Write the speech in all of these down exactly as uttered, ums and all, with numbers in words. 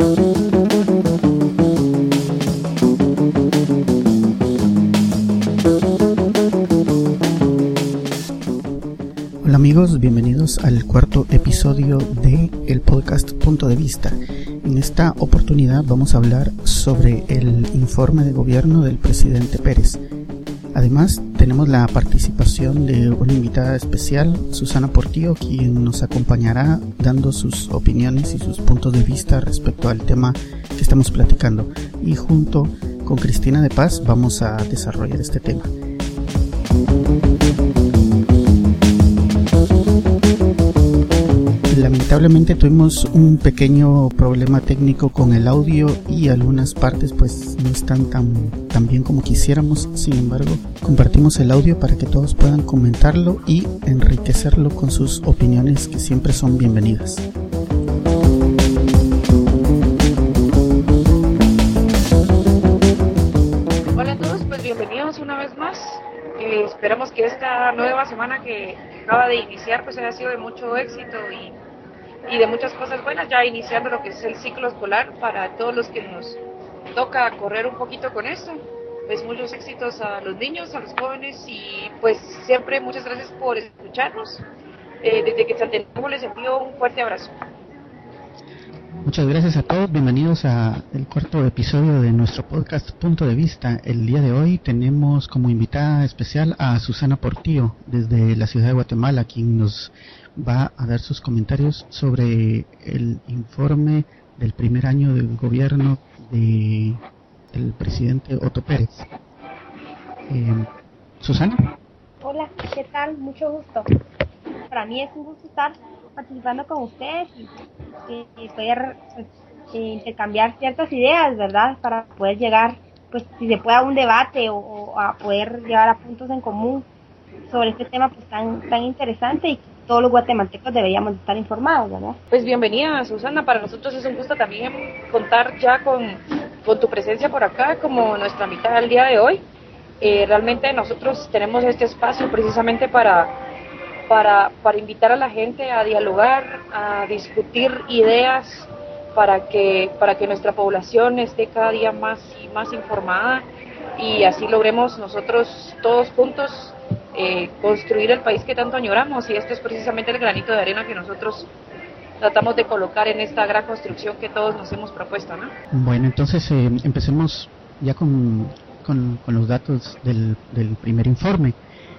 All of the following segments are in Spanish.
Hola amigos, bienvenidos al cuarto episodio de el podcast Punto de Vista. En esta oportunidad vamos a hablar sobre el informe de gobierno del presidente Pérez. Además, tenemos la participación de una invitada especial, Susana Portillo, quien nos acompañará dando sus opiniones y sus puntos de vista respecto al tema que estamos platicando. Y junto con Cristina de Paz vamos a desarrollar este tema. Lamentablemente tuvimos un pequeño problema técnico con el audio y algunas partes pues no están tan, tan bien como quisiéramos. Sin embargo, compartimos el audio para que todos puedan comentarlo y enriquecerlo con sus opiniones, que siempre son bienvenidas. Hola a todos, pues bienvenidos una vez más. Eh, esperamos que esta nueva semana que acaba de iniciar pues haya sido de mucho éxito y y de muchas cosas buenas, ya iniciando lo que es el ciclo escolar para todos los que nos toca correr un poquito con esto. Pues muchos éxitos a los niños, a los jóvenes y pues siempre muchas gracias por escucharnos. Eh, desde que Quetzaltenango les envío un fuerte abrazo. Muchas gracias a todos, bienvenidos a el cuarto episodio de nuestro podcast Punto de Vista. El día de hoy tenemos como invitada especial a Susana Portillo desde la ciudad de Guatemala, quien nos va a dar sus comentarios sobre el informe del primer año del gobierno de el presidente Otto Pérez. Eh, Susana. Hola, ¿qué tal? Mucho gusto. Para mí es un gusto estar participando con ustedes y, y, y poder pues, intercambiar ciertas ideas, ¿verdad? Para poder llegar, pues si se puede, a un debate o, o a poder llegar a puntos en común sobre este tema pues tan tan interesante y todos los guatemaltecos deberíamos estar informados, ¿verdad? Pues bienvenida, Susana. Para nosotros es un gusto también contar ya con, con tu presencia por acá como nuestra invitada el día de hoy. Eh, realmente nosotros tenemos este espacio precisamente para, para, para invitar a la gente a dialogar, a discutir ideas para que, para que nuestra población esté cada día más y más informada y así logremos nosotros todos juntos Eh, construir el país que tanto añoramos, y este es precisamente el granito de arena que nosotros tratamos de colocar en esta gran construcción que todos nos hemos propuesto, ¿no? Bueno, entonces eh, empecemos ya con, con, con los datos del, del primer informe.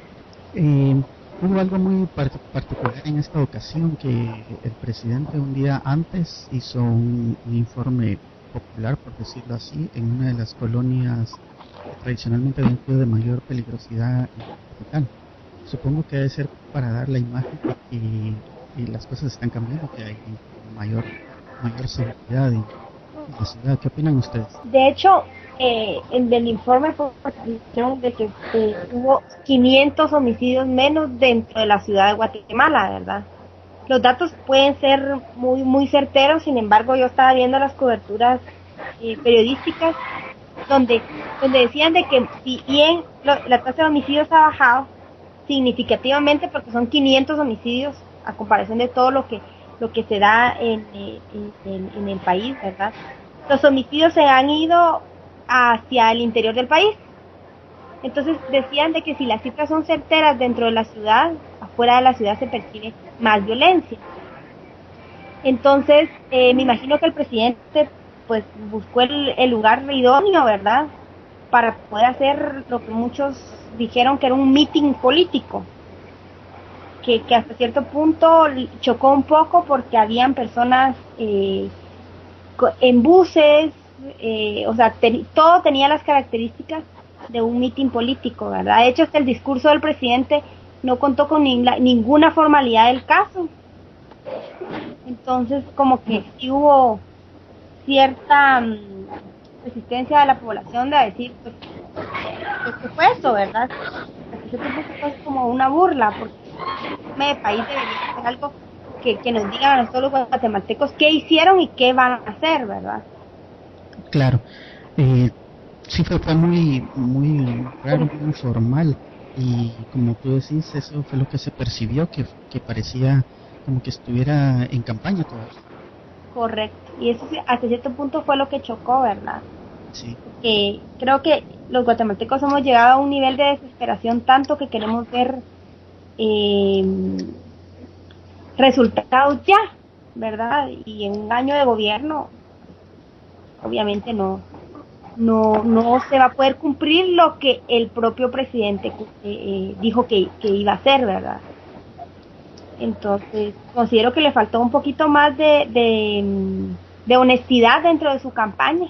Eh, hubo algo muy part- particular en esta ocasión, que el presidente un día antes hizo un, un informe popular, por decirlo así, en una de las colonias que tradicionalmente habían sido de mayor peligrosidad capital. Supongo que debe ser para dar la imagen de que y las cosas están cambiando, que hay mayor mayor seguridad en la ciudad. ¿Qué opinan ustedes? De hecho, eh, en el informe fue de que eh, hubo quinientos homicidios menos dentro de la ciudad de Guatemala, ¿verdad? Los datos pueden ser muy muy certeros, sin embargo yo estaba viendo las coberturas eh, periodísticas donde donde decían de que si bien lo, la tasa de homicidios ha bajado significativamente, porque son quinientos homicidios a comparación de todo lo que lo que se da en, en, en, en el país, ¿verdad? Los homicidios se han ido hacia el interior del país. Entonces decían de que si las cifras son certeras dentro de la ciudad, afuera de la ciudad se percibe más violencia. Entonces eh, me imagino que el presidente pues buscó el, el lugar idóneo, ¿verdad?, para poder hacer lo que muchos dijeron que era un meeting político, que, que hasta cierto punto chocó un poco porque habían personas eh, en buses, eh, o sea, ten, todo tenía las características de un meeting político, ¿verdad? De hecho, hasta el discurso del presidente no contó con ni, la, ninguna formalidad del caso. Entonces, como que sí hubo cierta um, resistencia de la población de decir, pues, pues ¿qué fue eso, verdad? Así que es como una burla, porque el país debería ser algo que, que nos digan a nosotros los guatemaltecos qué hicieron y qué van a hacer, ¿verdad? Claro. Eh, sí, fue, fue muy, muy raro, muy informal, y como tú decís, eso fue lo que se percibió, que, que parecía como que estuviera en campaña todavía. Correcto. Y eso sí, hasta cierto punto fue lo que chocó, ¿verdad? Sí. Que creo que los guatemaltecos hemos llegado a un nivel de desesperación tanto que queremos ver eh, resultados ya, ¿verdad? Y en un año de gobierno, obviamente no, no, no se va a poder cumplir lo que el propio presidente eh, eh, dijo que, que iba a hacer, ¿verdad? Entonces, considero que le faltó un poquito más de, de, de honestidad dentro de su campaña,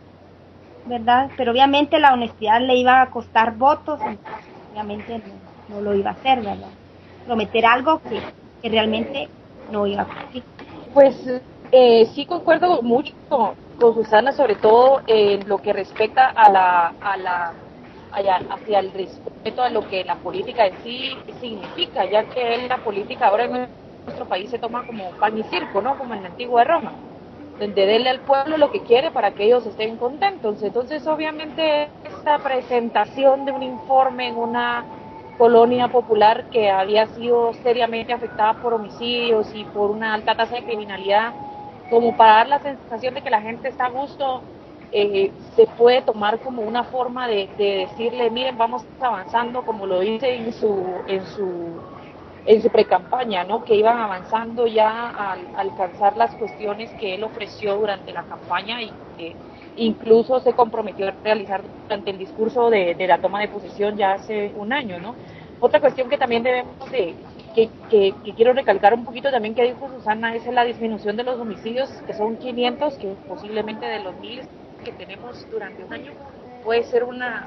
¿verdad? Pero obviamente la honestidad le iba a costar votos, entonces obviamente no, no lo iba a hacer, ¿verdad? Prometer algo que, que realmente no iba a cumplir. Pues eh, sí concuerdo mucho con, con Susana, sobre todo en lo que respecta a la, a la allá, hacia el respeto a lo que la política en sí significa, ya que en la política ahora en nuestro país se toma como pan y circo, ¿no? Como en la antigua Roma, donde denle al pueblo lo que quiere para que ellos estén contentos. Entonces, obviamente, esta presentación de un informe en una colonia popular que había sido seriamente afectada por homicidios y por una alta tasa de criminalidad, como para dar la sensación de que la gente está a gusto, eh, se puede tomar como una forma de, de decirle, miren, vamos avanzando, como lo dice en su en su en su precampaña, ¿no? Que iban avanzando ya al alcanzar las cuestiones que él ofreció durante la campaña y que incluso se comprometió a realizar durante el discurso de, de la toma de posesión ya hace un año, ¿no? Otra cuestión que también debemos de, que, que, que quiero recalcar un poquito también que dijo Susana, es la disminución de los homicidios, que son quinientos, que posiblemente de los miles que tenemos durante un año, puede ser una,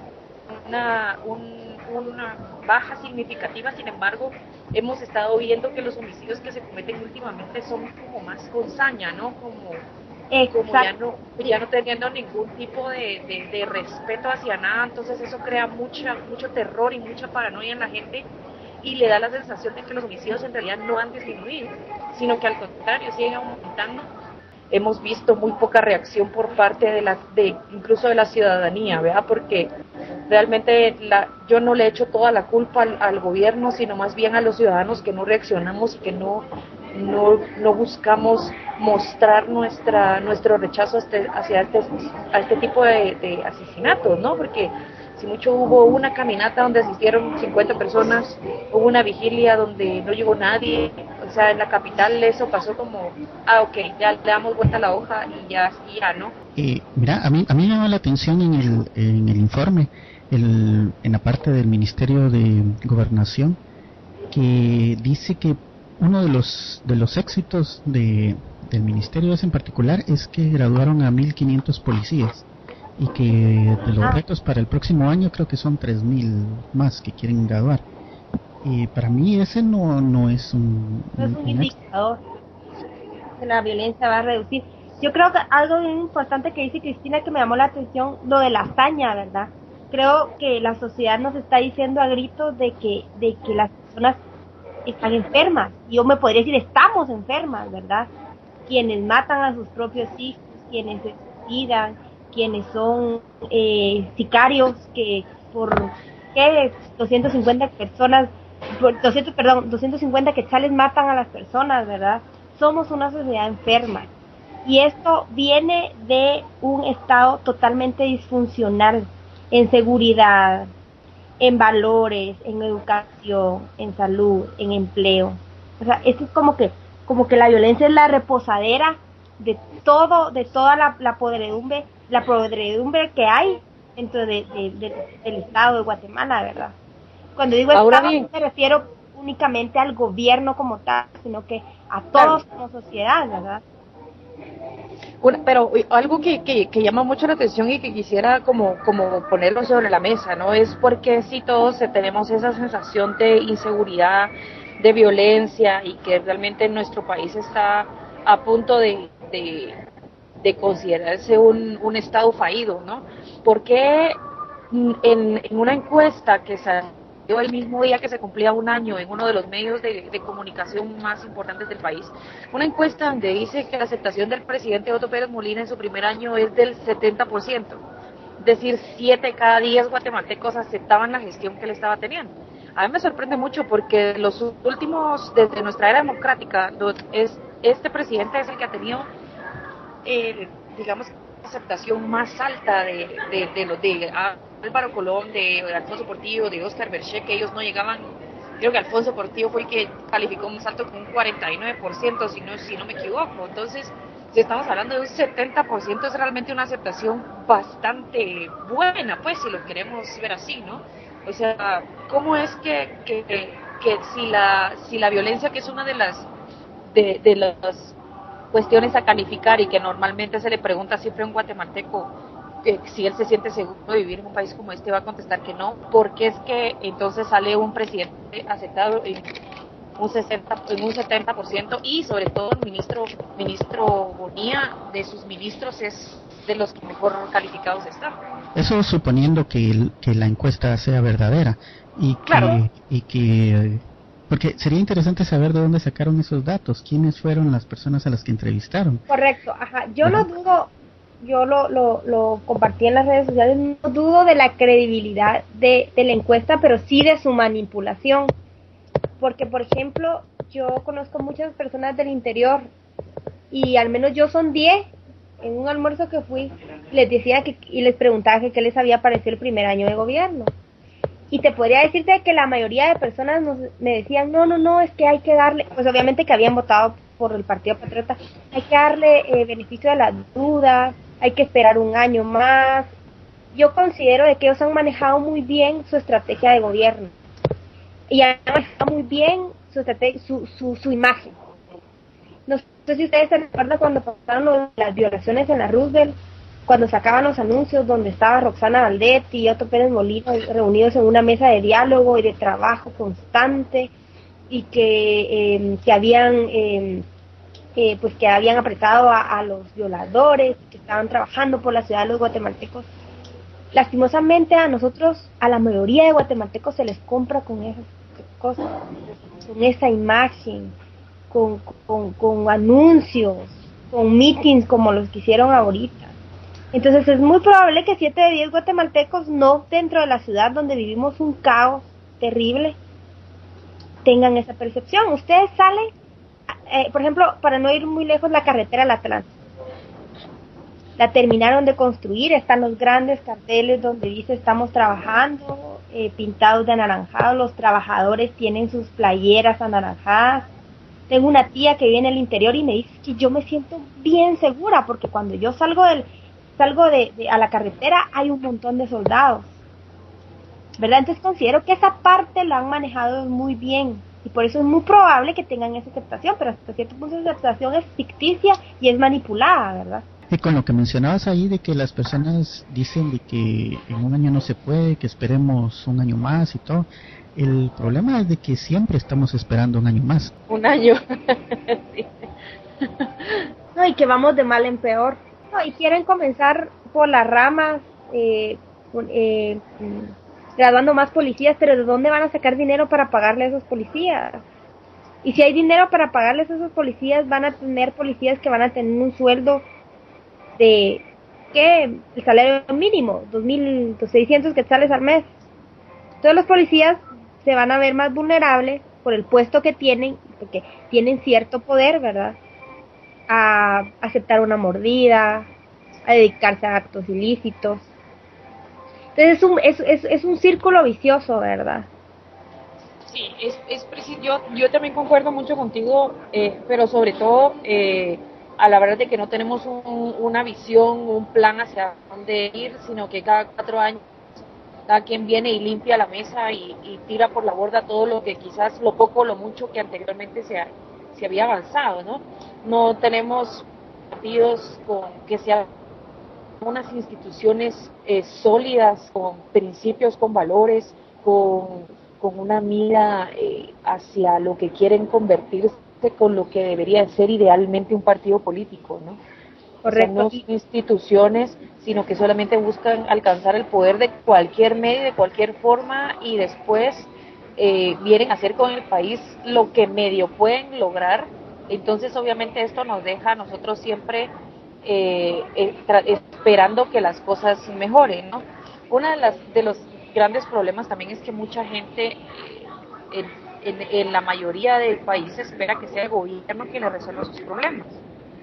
una, un, una baja significativa. Sin embargo, hemos estado viendo que los homicidios que se cometen últimamente son como más con saña, ¿no? Como, como ya no ya no teniendo ningún tipo de, de, de respeto hacia nada, entonces eso crea mucha mucho terror y mucha paranoia en la gente y le da la sensación de que los homicidios en realidad no han disminuido, sino que al contrario siguen aumentando. Hemos visto muy poca reacción por parte de la de incluso de la ciudadanía, ¿verdad? Porque realmente la, yo no le echo toda la culpa al, al gobierno, sino más bien a los ciudadanos que no reaccionamos y que no no, no buscamos mostrar nuestra nuestro rechazo este, hacia este, a este tipo de, de asesinatos, ¿no? Porque si mucho hubo una caminata donde asistieron cincuenta personas, hubo una vigilia donde no llegó nadie, o sea, en la capital eso pasó como, ah, ok, ya le damos vuelta a la hoja y ya, y ya, ¿no? Eh, mira, a mí, a mí me llama la atención en el, en el informe, el, en la parte del Ministerio de Gobernación, que dice que uno de los de los éxitos de, del ministerio ese en particular es que graduaron a mil quinientos policías y que de los retos para el próximo año creo que son tres mil más que quieren graduar. Y para mí ese no no es un, no es un indicador que la violencia va a reducir. Yo creo que algo bien importante que dice Cristina que me llamó la atención, lo de la hazaña, ¿verdad? Creo que la sociedad nos está diciendo a gritos de que de que las personas están enfermas. Yo me podría decir, estamos enfermas, ¿verdad? Quienes matan a sus propios hijos, quienes se suicidan, quienes son eh, sicarios que por ¿qué? doscientas cincuenta personas, por doscientos, perdón, doscientos cincuenta quetzales matan a las personas, ¿verdad? Somos una sociedad enferma. Y esto viene de un estado totalmente disfuncional en seguridad, en valores, en educación, en salud, en empleo. O sea, esto es como que como que la violencia es la reposadera de todo, de toda la, la podredumbre, la podredumbre que hay dentro de, de, de, del Estado de Guatemala, ¿verdad? Cuando digo Ahora Estado, bien, no me refiero únicamente al gobierno como tal, sino que a todos como sociedad, ¿verdad? Una, pero algo que, que, que llama mucho la atención y que quisiera como, como ponerlo sobre la mesa, ¿no? Es porque si todos tenemos esa sensación de inseguridad, de violencia y que realmente nuestro país está a punto de, de, de considerarse un, un estado fallido, ¿no? Porque en, en una encuesta que salió el mismo día que se cumplía un año en uno de los medios de, de comunicación más importantes del país, una encuesta donde dice que la aceptación del presidente Otto Pérez Molina en su primer año es del setenta por ciento, es decir, siete cada diez guatemaltecos aceptaban la gestión que él estaba teniendo. A mí me sorprende mucho porque los últimos, desde nuestra era democrática, es, este presidente es el que ha tenido eh, digamos, aceptación más alta de, de, de los de Álvaro Colón, de Alfonso Portillo, de Oscar Berché, que ellos no llegaban. Creo que Alfonso Portillo fue el que calificó más alto con un cuarenta y nueve por ciento, si no, si no me equivoco. Entonces, si estamos hablando de un setenta por ciento, es realmente una aceptación bastante buena, pues, si lo queremos ver así, ¿no? O sea, ¿cómo es que, que, que si la si la violencia, que es una de las de, de las cuestiones a calificar y que normalmente se le pregunta siempre a un guatemalteco que si él se siente seguro de vivir en un país como este, va a contestar que no, porque es que entonces sale un presidente aceptado en un sesenta, en un setenta por ciento, y sobre todo el ministro ministro Bonilla, de sus ministros, es de los que mejor calificados está. Eso suponiendo que, el, que la encuesta sea verdadera y que, claro. y que porque sería interesante saber de dónde sacaron esos datos, quiénes fueron las personas a las que entrevistaron. Correcto, ajá. Yo ¿verdad? no dudo, yo lo, lo, lo compartí en las redes sociales, no dudo de la credibilidad de, de la encuesta, pero sí de su manipulación. Porque, por ejemplo, yo conozco muchas personas del interior y al menos yo son diez en un almuerzo que fui, les decía que, y les preguntaba que qué les había parecido el primer año de gobierno. Y te podría decirte que la mayoría de personas nos, me decían, no, no, no, es que hay que darle, pues obviamente que habían votado por el Partido Patriota, hay que darle eh, beneficio de la duda, hay que esperar un año más. Yo considero de que ellos han manejado muy bien su estrategia de gobierno y han manejado muy bien su, estrategia, su, su, su imagen. No sé si ustedes se recuerdan cuando pasaron las violaciones en la Roosevelt, cuando sacaban los anuncios donde estaba Roxana Valdetti y Otto Pérez Molino reunidos en una mesa de diálogo y de trabajo constante, y que, eh, que habían eh, eh, pues que habían apretado a, a los violadores, que estaban trabajando por la ciudad de los guatemaltecos. Lastimosamente a nosotros, a la mayoría de guatemaltecos, se les compra con esas cosas, con esa imagen, con, con, con anuncios, con meetings como los que hicieron ahorita. Entonces es muy probable que siete de diez guatemaltecos, no dentro de la ciudad donde vivimos un caos terrible, tengan esa percepción. Ustedes salen, eh, por ejemplo, para no ir muy lejos, la carretera al Atlántico. La terminaron de construir, están los grandes carteles donde dice estamos trabajando, eh, pintados de anaranjado, los trabajadores tienen sus playeras anaranjadas. Tengo una tía que vive en el interior y me dice que yo me siento bien segura, porque cuando yo salgo del salgo de, de a la carretera hay un montón de soldados, ¿verdad? Entonces considero que esa parte la han manejado muy bien y por eso es muy probable que tengan esa aceptación, pero hasta cierto punto esa aceptación es ficticia y es manipulada, ¿verdad? Y con lo que mencionabas ahí de que las personas dicen de que en un año no se puede, que esperemos un año más y todo, el problema es de que siempre estamos esperando un año más. Un año. Sí. No, y que vamos de mal en peor. No, y quieren comenzar por las ramas, eh, eh, graduando más policías, pero ¿de dónde van a sacar dinero para pagarle a esos policías? Y si hay dinero para pagarles a esos policías, van a tener policías que van a tener un sueldo de, ¿qué? El salario mínimo, dos mil seiscientos quetzales al mes. Todos los policías se van a ver más vulnerables por el puesto que tienen, porque tienen cierto poder, ¿verdad? A aceptar una mordida, a dedicarse a actos ilícitos. Entonces es un, es, es, es un círculo vicioso, ¿verdad? Sí, es, es preciso. Yo, yo también concuerdo mucho contigo, eh, pero sobre todo eh, a la verdad de que no tenemos un, una visión, un plan hacia dónde ir, sino que cada cuatro años cada quien viene y limpia la mesa y, y tira por la borda todo lo que quizás, lo poco o lo mucho que anteriormente se, ha, se había avanzado, ¿no? No tenemos partidos con que sean unas instituciones eh, sólidas, con principios, con valores, con, con una mira eh, hacia lo que quieren convertirse, con lo que debería ser idealmente un partido político, ¿no? Correcto. O sea, no instituciones, sino que solamente buscan alcanzar el poder de cualquier medio, de cualquier forma, y después eh, vienen a hacer con el país lo que medio pueden lograr. Entonces obviamente esto nos deja a nosotros siempre eh, eh, tra- esperando que las cosas mejoren, ¿no? Uno de, las, de los grandes problemas también es que mucha gente eh, en, en, en la mayoría del país espera que sea el gobierno quien le resuelva sus problemas.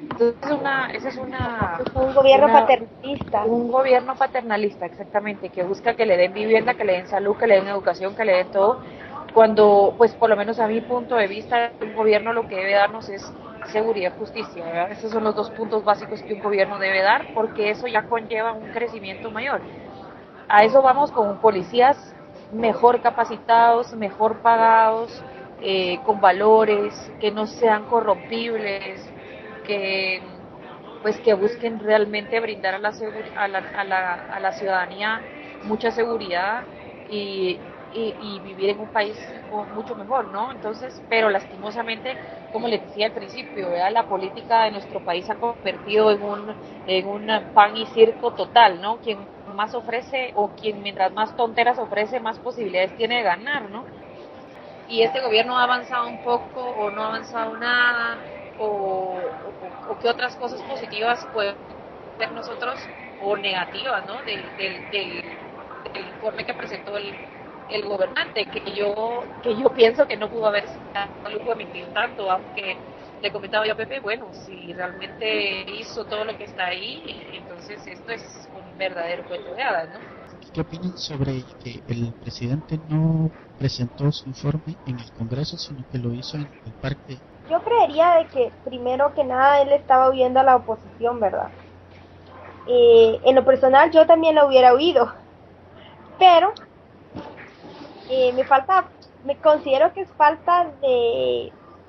Entonces, es una, esa es una... Un gobierno una, paternalista. Un gobierno paternalista, exactamente, que busca que le den vivienda, que le den salud, que le den educación, que le den todo, cuando, pues por lo menos a mi punto de vista, un gobierno lo que debe darnos es seguridad y justicia, ¿verdad? Esos son los dos puntos básicos que un gobierno debe dar, porque eso ya conlleva un crecimiento mayor. A eso vamos con policías mejor capacitados, mejor pagados, eh, con valores, que no sean corrompibles, que pues que busquen realmente brindar a la, a la, a la, a la ciudadanía mucha seguridad y, y, y vivir en un país mucho mejor, ¿no? Entonces, pero lastimosamente, como les decía al principio, ¿verdad? La política de nuestro país se ha convertido en un, en un pan y circo total, ¿no? Quien más ofrece o quien mientras más tonteras ofrece, más posibilidades tiene de ganar, ¿no? Y este gobierno ha avanzado un poco o no ha avanzado nada, o, o, o qué otras cosas positivas podemos ver nosotros o negativas, ¿no? De, de, del, del informe que presentó el, el gobernante, que yo que yo pienso que no pudo haber sido lujo de mentir tanto, aunque le comentaba yo a Pepe, bueno, si realmente hizo todo lo que está ahí, entonces esto es un verdadero cuento de hadas, ¿no? ¿Qué opinan sobre que el presidente no presentó su informe en el Congreso, sino que lo hizo en el parque? Yo creería de que primero que nada él estaba oyendo a la oposición, ¿verdad? Eh, en lo personal yo también lo hubiera oído, pero eh, me falta, me considero que es falta de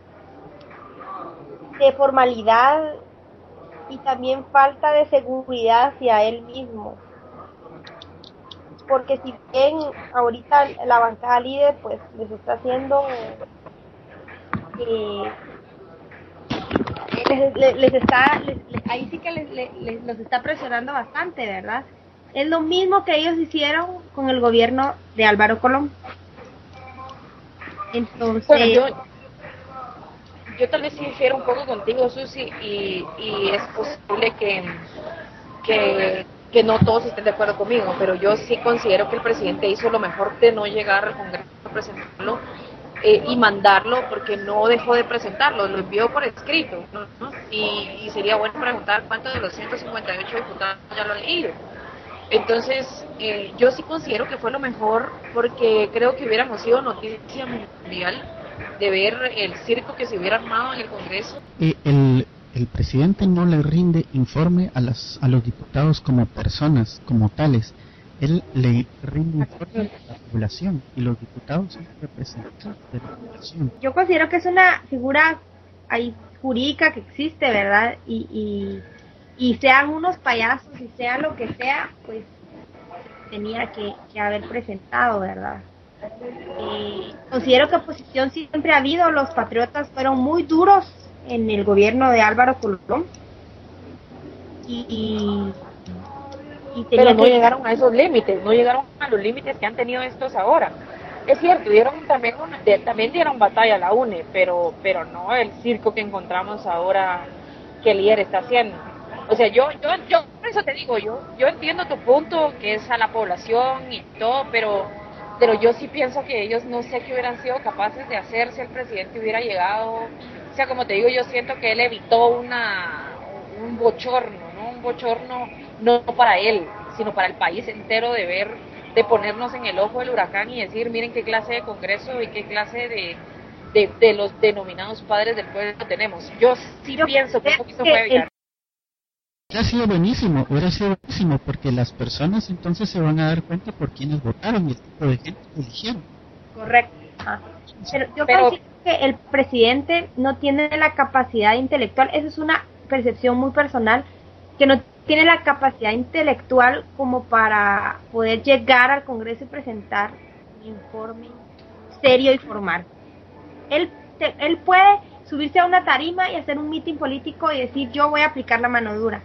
de formalidad y también falta de seguridad hacia él mismo, porque si bien ahorita la bancada líder pues les está haciendo eh, les, les, les está les, les, ahí sí que les, les, les los está presionando bastante, ¿verdad? Es lo mismo que ellos hicieron con el gobierno de Álvaro Colón. Entonces bueno, yo, yo tal vez sí difiero un poco contigo, Susi, y, y es posible que, que que no todos estén de acuerdo conmigo, pero yo sí considero que el presidente hizo lo mejor de no llegar al Congreso a presentarlo eh, y mandarlo, porque no dejó de presentarlo, lo envió por escrito, ¿no? y, y sería bueno preguntar cuántos de los ciento cincuenta y ocho diputados ya lo han leído. Entonces, eh, yo sí considero que fue lo mejor, porque creo que hubiéramos sido noticia mundial de ver el circo que se hubiera armado en el Congreso. Eh, el El presidente no le rinde informe a, las, a los diputados como personas, como tales. Él le rinde informe a la población y los diputados son representantes de la población. Yo considero que es una figura ahí jurídica que existe, ¿verdad? Y, y, y sean unos payasos y sea lo que sea, pues tenía que, que haber presentado, ¿verdad? Eh, considero que oposición siempre ha habido, los patriotas fueron muy duros en el gobierno de Álvaro Colón y, y, y pero no que... llegaron a esos límites, no llegaron a los límites que han tenido estos ahora. Es cierto, dieron también una, de, también dieron batalla a la U N E, pero pero no el circo que encontramos ahora que el líder está haciendo. O sea, yo yo yo por eso te digo, yo yo entiendo tu punto, que es a la población y todo, pero pero yo sí pienso que ellos no sé qué hubieran sido capaces de hacer si el presidente hubiera llegado. O sea, como te digo, yo siento que él evitó una un bochorno, ¿no? Un bochorno no para él, sino para el país entero, de ver, de ponernos en el ojo del huracán y decir, miren qué clase de Congreso y qué clase de, de, de los denominados padres del pueblo tenemos. Yo sí yo pienso que un poquito fue evitar. Hubiera sido buenísimo, hubiera sido buenísimo, porque las personas entonces se van a dar cuenta por quiénes votaron y el tipo de gente que eligieron. Correcto. Ah. Pero yo Pero, considero que el presidente no tiene la capacidad intelectual, esa es una percepción muy personal, que no tiene la capacidad intelectual como para poder llegar al Congreso y presentar un informe serio y formal. Él, te, él puede subirse a una tarima y hacer un mitin político y decir yo voy a aplicar la mano dura,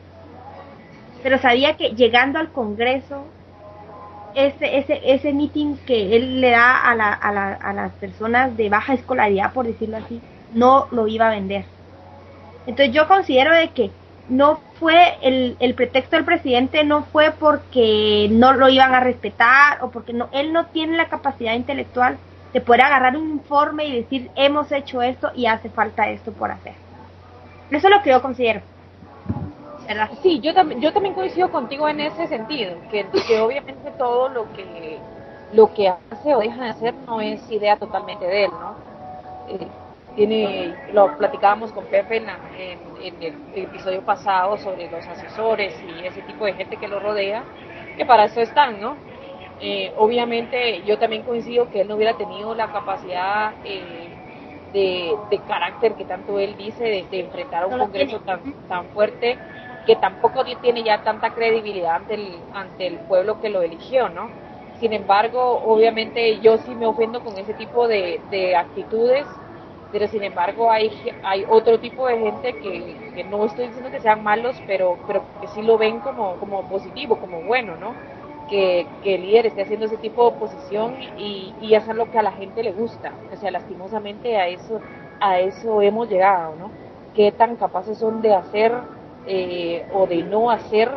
pero sabía que llegando al Congreso ese ese ese meeting que él le da a la, a la a las personas de baja escolaridad, por decirlo así, no lo iba a vender. Entonces yo considero de que no fue el el pretexto del presidente, no fue porque no lo iban a respetar o porque no él no tiene la capacidad intelectual de poder agarrar un informe y decir hemos hecho esto y hace falta esto por hacer. Eso es lo que yo considero, ¿verdad? Sí, yo también, yo también coincido contigo en ese sentido, que, que obviamente todo lo que lo que hace o deja de hacer no es idea totalmente de él, ¿no? Eh, tiene, lo platicábamos con Pepe en, la, en, en el episodio pasado sobre los asesores y ese tipo de gente que lo rodea, que para eso están, ¿no? Eh, obviamente yo también coincido que él no hubiera tenido la capacidad eh, de, de carácter que tanto él dice de, de enfrentar a un No Congreso tan, tan fuerte, que tampoco tiene ya tanta credibilidad ante el, ante el pueblo que lo eligió, ¿no? Sin embargo, obviamente yo sí me ofendo con ese tipo de, de actitudes, pero sin embargo hay, hay otro tipo de gente que, que no estoy diciendo que sean malos, pero, pero que sí lo ven como, como positivo, como bueno, ¿no? Que, que el líder esté haciendo ese tipo de oposición y, y hacer lo que a la gente le gusta. O sea, lastimosamente a eso, a eso hemos llegado, ¿no? Qué tan capaces son de hacer eh, o de no hacer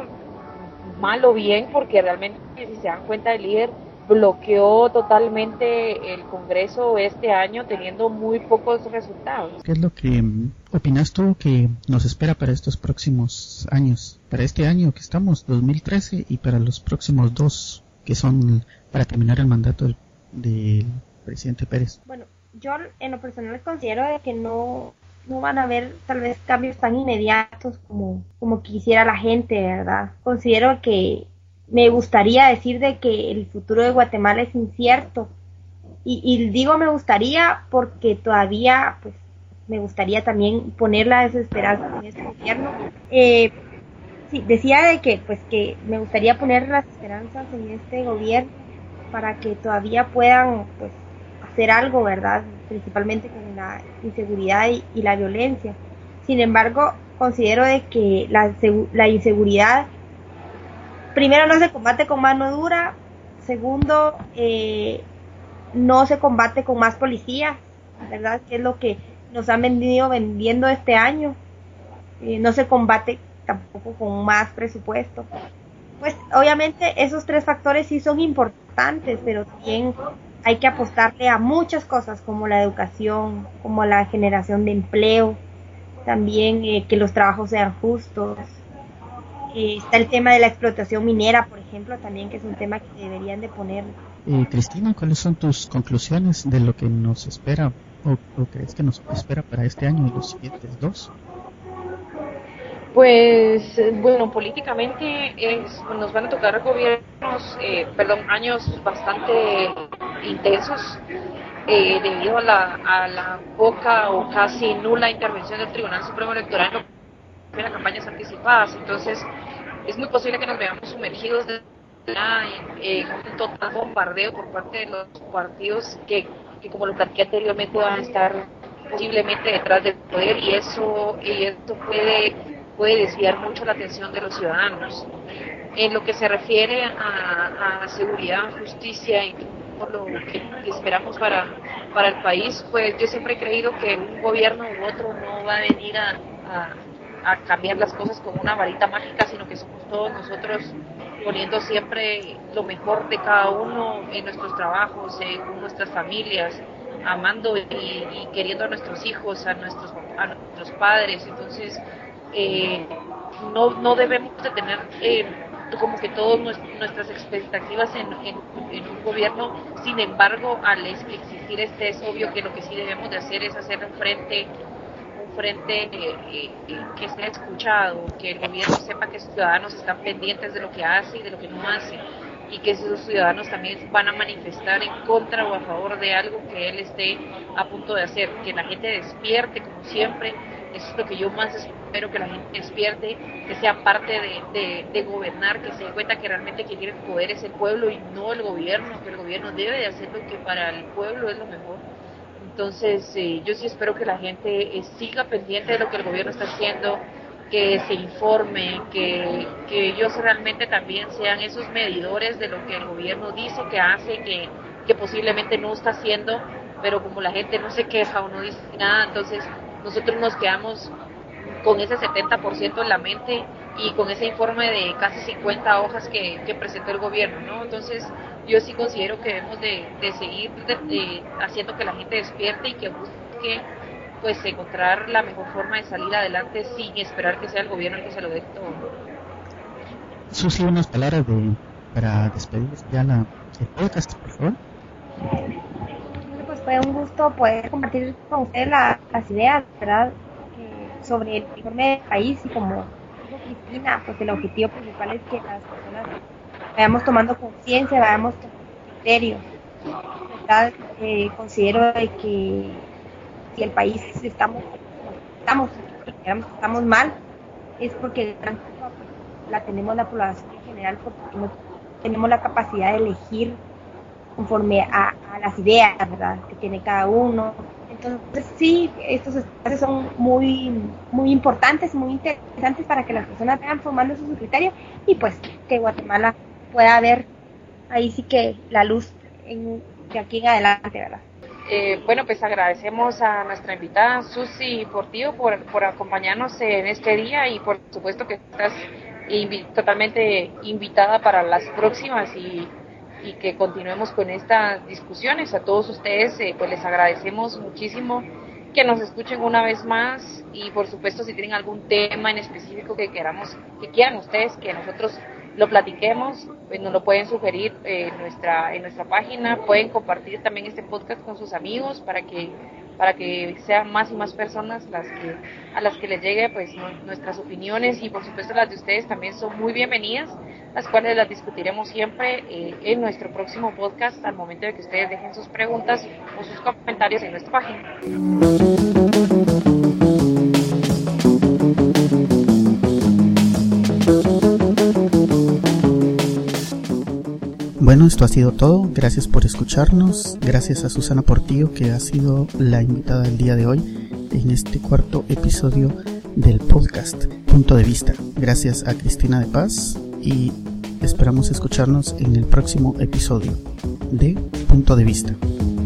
mal o bien, porque realmente si se dan cuenta el líder bloqueó totalmente el Congreso este año teniendo muy pocos resultados. ¿Qué es lo que um, opinas tú que nos espera para estos próximos años? Para este año que estamos, dos mil trece, y para los próximos dos, que son para terminar el mandato del, del presidente Pérez. Bueno, yo en lo personal considero de que no, no van a haber tal vez cambios tan inmediatos como, como quisiera la gente, ¿verdad? Considero que me gustaría decir de que el futuro de Guatemala es incierto. Y, y digo me gustaría porque todavía, pues, me gustaría también poner la desesperanza en este gobierno. Eh, sí, decía de que, pues, que me gustaría poner las esperanzas en este gobierno para que todavía puedan, pues, hacer algo, ¿verdad? Principalmente con la inseguridad y, y la violencia. Sin embargo, considero de que la, la inseguridad primero no se combate con mano dura, segundo eh, no se combate con más policías, ¿verdad? Que es lo que nos han venido vendiendo este año. Eh, no se combate tampoco con más presupuesto. Pues obviamente esos tres factores sí son importantes, pero también hay que apostarle a muchas cosas como la educación, como la generación de empleo, también eh, que los trabajos sean justos. Eh, está el tema de la explotación minera, por ejemplo, también, que es un tema que deberían de poner. Eh, Cristina, ¿cuáles son tus conclusiones de lo que nos espera o, o crees que nos espera para este año y los siguientes dos? Pues bueno, políticamente es, nos van a tocar gobiernos, eh, perdón, años bastante intensos eh, debido a la, a la poca o casi nula intervención del Tribunal Supremo Electoral en las campañas anticipadas. Entonces es muy posible que nos veamos sumergidos de en, en un total bombardeo por parte de los partidos que, que como lo planteé anteriormente, van a estar posiblemente detrás del poder, y eso y esto puede puede desviar mucho la atención de los ciudadanos. En lo que se refiere a, a seguridad, justicia y por lo que, que esperamos para, para el país, pues yo siempre he creído que un gobierno u otro no va a venir a, a, a cambiar las cosas con una varita mágica, sino que somos todos nosotros poniendo siempre lo mejor de cada uno en nuestros trabajos, en nuestras familias, amando y, y queriendo a nuestros hijos, a nuestros, a nuestros padres. Entonces eh, no, no debemos de tener eh, como que todas nuestras expectativas en, en, en un gobierno. Sin embargo, al existir este, es obvio que lo que sí debemos de hacer es hacer un frente un frente eh, eh, que sea escuchado, que el gobierno sepa que sus ciudadanos están pendientes de lo que hace y de lo que no hace, y que esos ciudadanos también van a manifestar en contra o a favor de algo que él esté a punto de hacer. Que la gente despierte, como siempre. Eso es lo que yo más espero, que la gente despierte, que sea parte de, de, de gobernar, que se dé cuenta que realmente quien tiene el poder es el pueblo y no el gobierno, que el gobierno debe de hacer lo que para el pueblo es lo mejor. Entonces eh, yo sí espero que la gente eh, siga pendiente de lo que el gobierno está haciendo, que se informe, que, que ellos realmente también sean esos medidores de lo que el gobierno dice que hace, que, que posiblemente no está haciendo, pero como la gente no se queja o no dice nada, entonces nosotros nos quedamos con ese setenta por ciento en la mente y con ese informe de casi cincuenta hojas que, que presentó el gobierno, ¿no? Entonces yo sí considero que debemos de, de seguir de, de, haciendo que la gente despierte y que busque pues encontrar la mejor forma de salir adelante sin esperar que sea el gobierno el que se lo dé todo. Susi, unas palabras de, para despedir ya la, el podcast, por favor. Pues fue un gusto poder compartir con ustedes la, las ideas, ¿verdad? Eh, sobre el informe del país, y como dijo Cristina, pues el objetivo principal es que las personas vayamos tomando conciencia, vayamos tomando criterio, ¿verdad? Eh, considero de que si el país estamos estamos estamos mal, es porque gran culpa la tenemos la población en general, porque no tenemos la capacidad de elegir conforme a, a las ideas, ¿verdad?, que tiene cada uno. Entonces sí, estos espacios son muy muy importantes, muy interesantes para que las personas vayan formando su criterio, y pues que Guatemala pueda ver ahí sí que la luz en, de aquí en adelante, ¿verdad? Eh, bueno, pues agradecemos a nuestra invitada Susi Portillo por, por acompañarnos en este día, y por supuesto que estás invi- totalmente invitada para las próximas, y, y que continuemos con estas discusiones. A todos ustedes eh, pues les agradecemos muchísimo que nos escuchen una vez más, y por supuesto si tienen algún tema en específico que queramos, que quieran ustedes que nosotros lo platiquemos, pues nos lo pueden sugerir eh, en nuestra en nuestra página. Pueden compartir también este podcast con sus amigos para que para que sean más y más personas las que a las que les llegue pues no, nuestras opiniones, y por supuesto las de ustedes también son muy bienvenidas, las cuales las discutiremos siempre eh, en nuestro próximo podcast, al momento de que ustedes dejen sus preguntas o sus comentarios en nuestra página. Bueno, esto ha sido todo. Gracias por escucharnos. Gracias a Susana Portillo, que ha sido la invitada del día de hoy en este cuarto episodio del podcast Punto de Vista. Gracias a Cristina de Paz, y esperamos escucharnos en el próximo episodio de Punto de Vista.